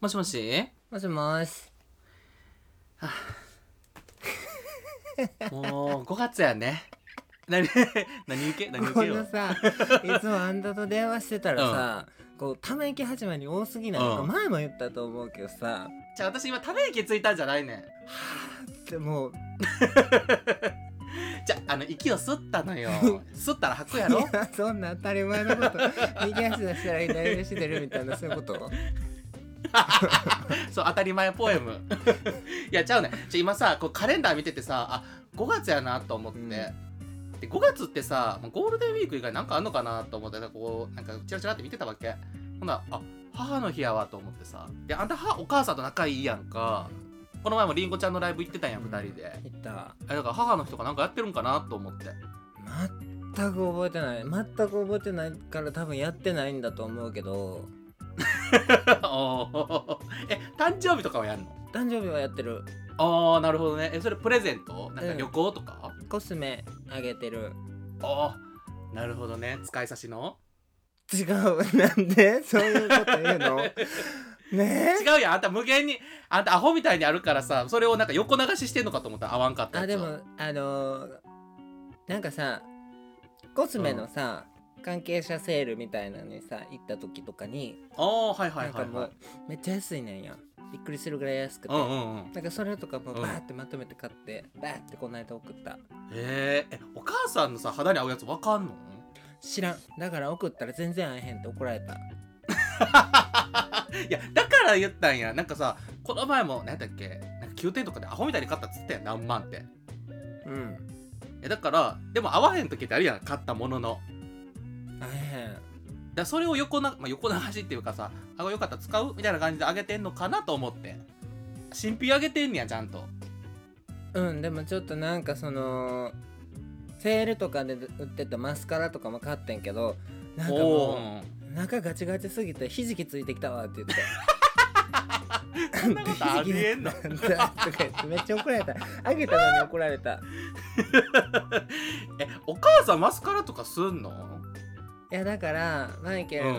もしもし。 もしもし。 もう5月やね。何受けよ。 このさ、いつもあんたと電話してたらさ、こうため息始まり多すぎない、これ前も言ったと思うけどさ、 じゃあ私今ため息ついたんじゃないねん。 でもじゃあ息を吸ったのよ。吸ったら吐くやろ。 いや、そんな当たり前のこと右足出したら左足出るみたいな、そういうことそう、当たり前ポエム。いやちゃうね。今さこうカレンダー見ててさ、5月やなと思って、で5月ってさゴールデンウィーク以外なんかあんのかなと思ってこうなんかチラチラって見てたわけ。ほんなら母の日やわと思ってさ、であんたお母さんと仲いいやんか。この前もりんごちゃんのライブ行ってたんや、2人で。 行った。 だから母の日とかなんかやってるんかなと思って。 全く覚えてないから多分やってないんだと思うけど誕生日とかはやんの？ 誕生日はやってる。 なるほどね。それプレゼントなんか旅行とか、 コスメあげてる。 なるほどね。使い差しの違う。なんでそういうこと言うのね違うやん。あんた無限にあんたアホみたいにあるからさ、それをなんか横流ししてんのかと思ったら合わんかったやつ。 でもなんかさコスメのさ、関係者セールみたいなのにさ行った時とかになんかもうめっちゃ安いねんや。びっくりするぐらい安くて、なんかそれとかもバーってまとめて買ってバーってこの間送った。 お母さんのさ肌に合うやつわかんの？ 知らん。だから送ったら全然合えへんって怒られた。 いやだから言ったんや。なんかさこの前も何だっけ、なんか9点とかでアホみたいに買ったっつったやん、何万って。だからでも合わへん時ってあるやん、買ったものの。 合えへん。 だそれを横流しっていうかさ、よかったら使うみたいな感じであげてんのかなと思って。新品あげてんねやちゃんと。 でもちょっとなんかそのセールとかで売ってたマスカラとかも買ってんけど、なんかもう中ガチガチすぎてひじきついてきたわって言ってそんなことありえんの？ とか言ってめっちゃ怒られた。あげたのに怒られた。 お母さんマスカラとかすんの？ いやだからマイケル、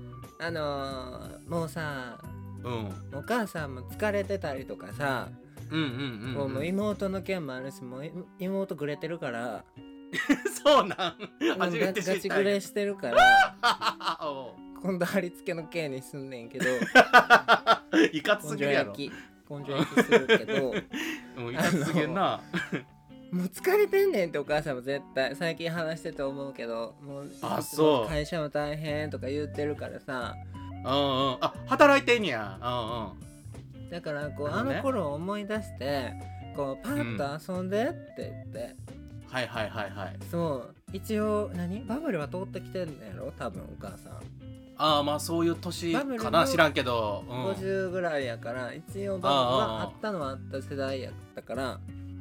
もうさ、お母さんも疲れてたりとかさ、もう妹の件もあるし、もう妹グレてるからそうなん初めて知った。 ガチグレしてるから今度貼り付けの件にすんねんけどいかつすぎるやろ。 根性焼きするけどいかつすぎるな。 もう疲れてんねんってお母さんも絶対最近話してて思うけど、もうそう会社も大変とか言ってるからさ、 働いてんや。 だからこう、あの頃を思い出してこうパッと遊んでって言って、そう一応バブルは通ってきてんのやろ多分お母さん。 まあそういう年かな、知らんけど、 50ぐらいやから一応バブルはあったのはあった世代やったから、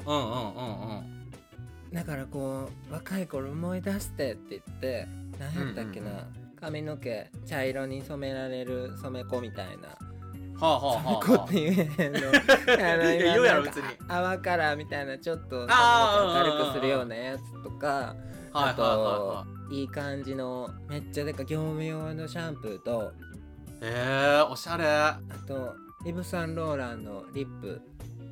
だからこう若い頃思い出してって言って何やったっけな、髪の毛茶色に染められる染め子みたいな、染め子って言えへんの言うやろ別に。 泡カラーみたいなちょっと髪の毛明るくするようなやつとか、あといい感じのめっちゃでか業務用のシャンプーと、 おしゃれ。 あとイヴ・サンローランのリップ、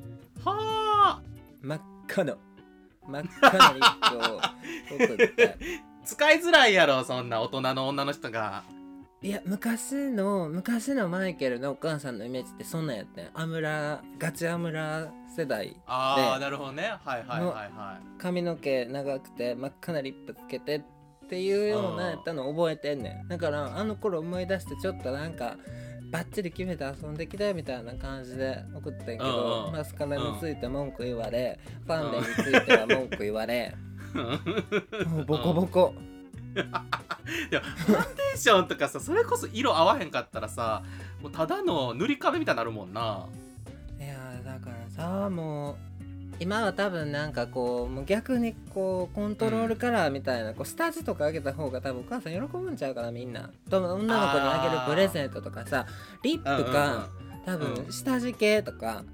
真っ赤なリップを送って使いづらいやろそんな大人の女の人が。 いや昔のマイケルのお母さんのイメージってそんなんやったん。ガチアムラ世代で、 なるほどね。 髪の毛長くて真っ赤なリップつけてっていうようなやったの覚えてんねん。だからあの頃思い出してちょっとなんかバッチリ決めて遊んできたみたいな感じで送ってんけど、マスカラについて文句言われ、ファンデについては文句言われもうボコボコ。 でもファンデーションとかさ、それこそ色合わへんかったらさ、もうただの塗り壁みたいになるもんな。 いやだからさ、もう今は多分なんかこうもう逆にこうコントロールカラーみたいな、こう下地とかあげた方が多分お母さん喜ぶんちゃうかな。みんな女の子にあげるプレゼントとかさ、リップか、多分下地系とか、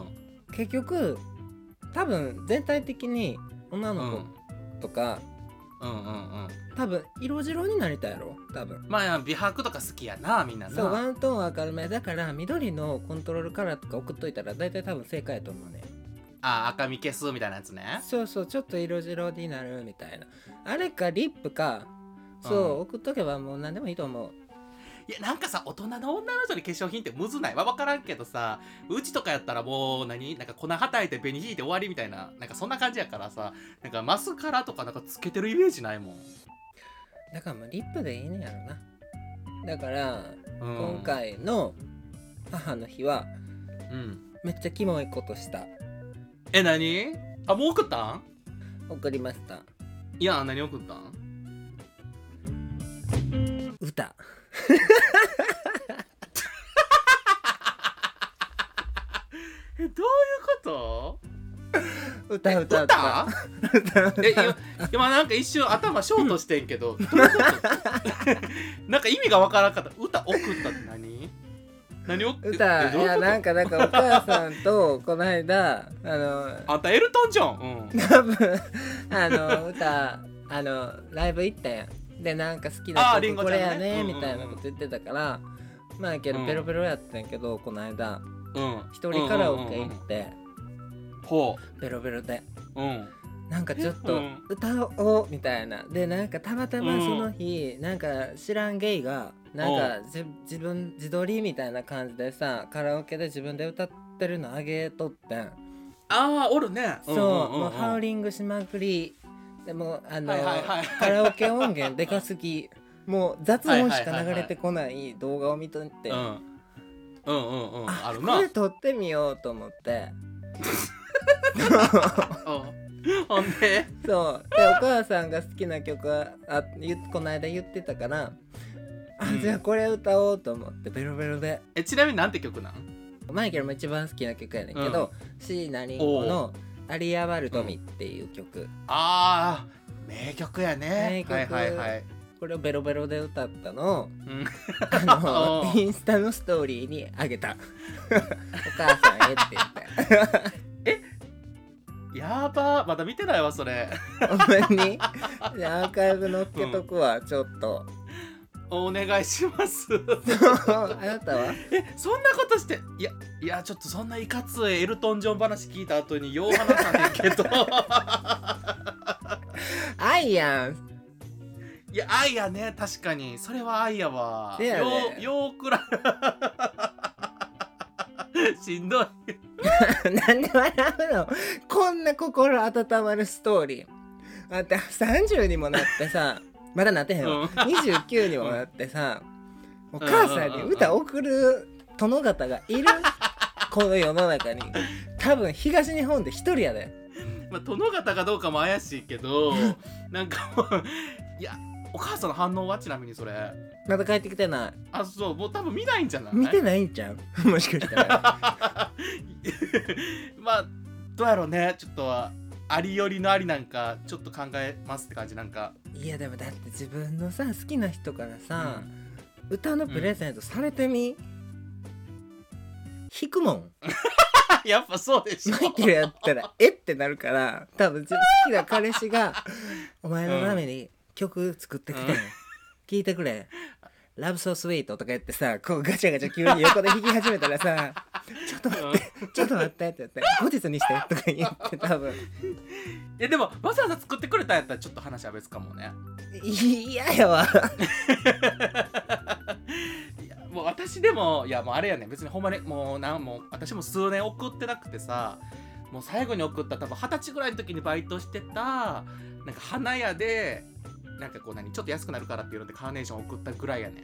結局多分全体的に女の子とか、 うんうんうん。 多分色白になりたいやろ多分。 まあ美白とか好きやなみんなな。 そうワントーン明るめだから緑のコントロールカラーとか送っといたら大体多分正解やと思うね。 赤み消すみたいなやつね。 そうそうちょっと色白になるみたいなあれかリップかそう、送っとけばもう何でもいいと思う。 いやなんかさ大人の女の人に化粧品ってむずないわ分からんけどさうちとかやったらもうなんか粉はたいて紅引いて終わりみたいななんかそんな感じやからさなんかマスカラとかなんかつけてるイメージないもん。 だからまあリップでいいねやろな。だから、今回の母の日は、めっちゃキモいことした。 何？もう送ったん？ 送りました。 いや何送ったん？ 歌どういうこと歌今なんか一瞬頭ショートしてんけど、どういうことなんか意味がわからんかった。歌送ったって何歌いやなんかお母さんとこの間あんたエルトン・ジョン、 多分歌ライブ行ったやん。でなんか好きな曲これやねみたいなこと言ってたからまあけどペロペロやったんやけどこの間一人カラオケ行ってベロベロでなんかちょっと歌おうみたいなでなんかたまたまその日なんか知らんゲイがなんか自撮りみたいな感じでさカラオケで自分で歌ってるのあげとってん。 おるね。 そうもうハウリングしまくりでもカラオケ音源でかすぎもう雑音しか流れてこない動画を見とってあるな。これ撮ってみようと思ってほんでそうでお母さんが好きな曲はこの間言ってたからじゃあこれ歌おうと思ってベロベロで。 ちなみになんて曲なん？ マイケルも一番好きな曲やねんけど、椎名林檎のアリア・バルトミっていう曲、 名曲やね。 これをベロベロで歌ったのを、インスタのストーリーにあげたお母さんへって言ってやばまだ見てないわそれほんまにアーカイブ載っけとくわ、ちょっとお願いしますあなたはそんなことしていやちょっとそんないかついエルトン・ジョン話聞いた後によう話さねんけど愛やん。 いや愛やね確かにそれは愛やわ。ようくらしんどいなんで笑うのこんな心温まるストーリーあって30にもなってさまだなってへんわ、29にもなってさお母さんに歌送る殿方がいるこの世の中に多分東日本で一人やで、 殿方かどうかも怪しいけどなんかもういやお母さんの反応はちなみにそれまだ帰ってきてない。 そうもう多分見ないんじゃない？ 見てないんちゃうもしかしたらどうやろうね。ちょっとありよりのありなんかちょっと考えますって感じ。なんかいやでもだって自分のさ好きな人からさ、歌のプレゼントされてみ、引くもんやっぱそうでしょ。 マイケルやったらってなるから多分好きな彼氏がお前のために曲作ってきて、聴いてくれラブソースウィートとか言ってさこうガチャガチャ急に横で弾き始めたらさちょっと待ってちょっと待ってって言って後日にしてとか言って多分でもわざわざ作ってくれたんやったらちょっと話は別かもね。 嫌やわもう私でももうあれやね別にほんまにもう私も数年送ってなくてさもう最後に送った多分20歳ぐらいの時にバイトしてたなんか花屋でなんかこうちょっと安くなるからっていうのでカーネーション送ったぐらいやね。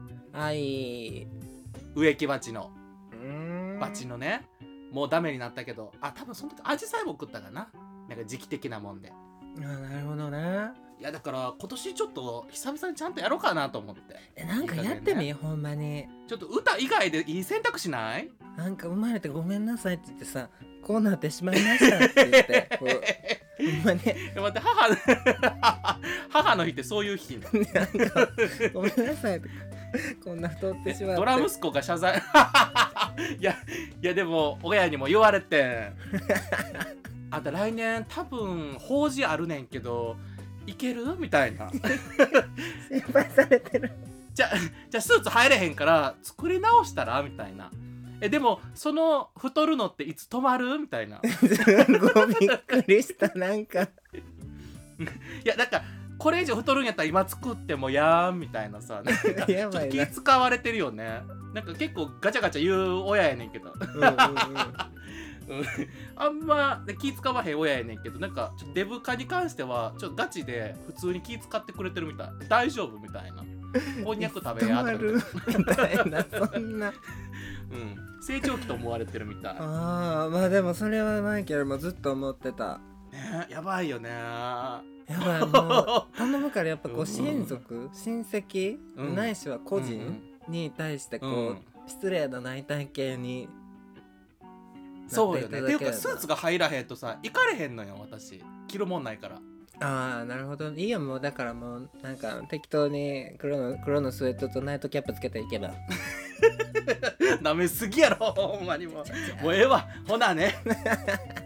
植木鉢のねもうダメになったけど多分その時アジサイも送ったかな。なんか時期的なもんで。 なるほどね。 いやだから今年ちょっと久々にちゃんとやろうかなと思って。 なんかやってみ、ほんまにちょっと歌以外でいい選択しない？ なんか生まれてごめんなさいって言ってさこうなってしまいましたって言ってこうほんまに待って母の日ってそういう日なんかごめんなさいとかこんな太ってしまってドラ息子が謝罪いやでも親にも言われてあんた来年多分法事あるねんけどいけるみたいな心配されてる。 じゃあスーツ入れへんから作り直したらみたいな。でもその太るのっていつ止まるみたいな。 すごいびっくりした。なんかいやなんかこれ以上太るんやったら今作ってもやんみたいなさ、なんかやばいなちょっと気使われてるよね。なんか結構ガチャガチャ言う親やねんけどあんま気使わへん親やねんけど、なんかちょっとデブ化に関してはちょっとガチで普通に気使ってくれてるみたい。大丈夫みたいな。こんにゃく食べやとかみたいな、そんな成長期と思われてるみたい。 ああ、まあでもそれはマイケルもずっと思ってた。 ね、やばいよね。 やばい、もう頼むからやっぱこう親族、親戚、ないしは個人に対してこう、失礼のない体型にそうよね。っていうかスーツが入らへんとさ行かれへんのよ私。着るもんないから。 ああ、なるほど。いいよ、もうだからもうなんか適当に黒のスウェットとナイトキャップつけていけばなめすぎやろほんまにもうええわほなね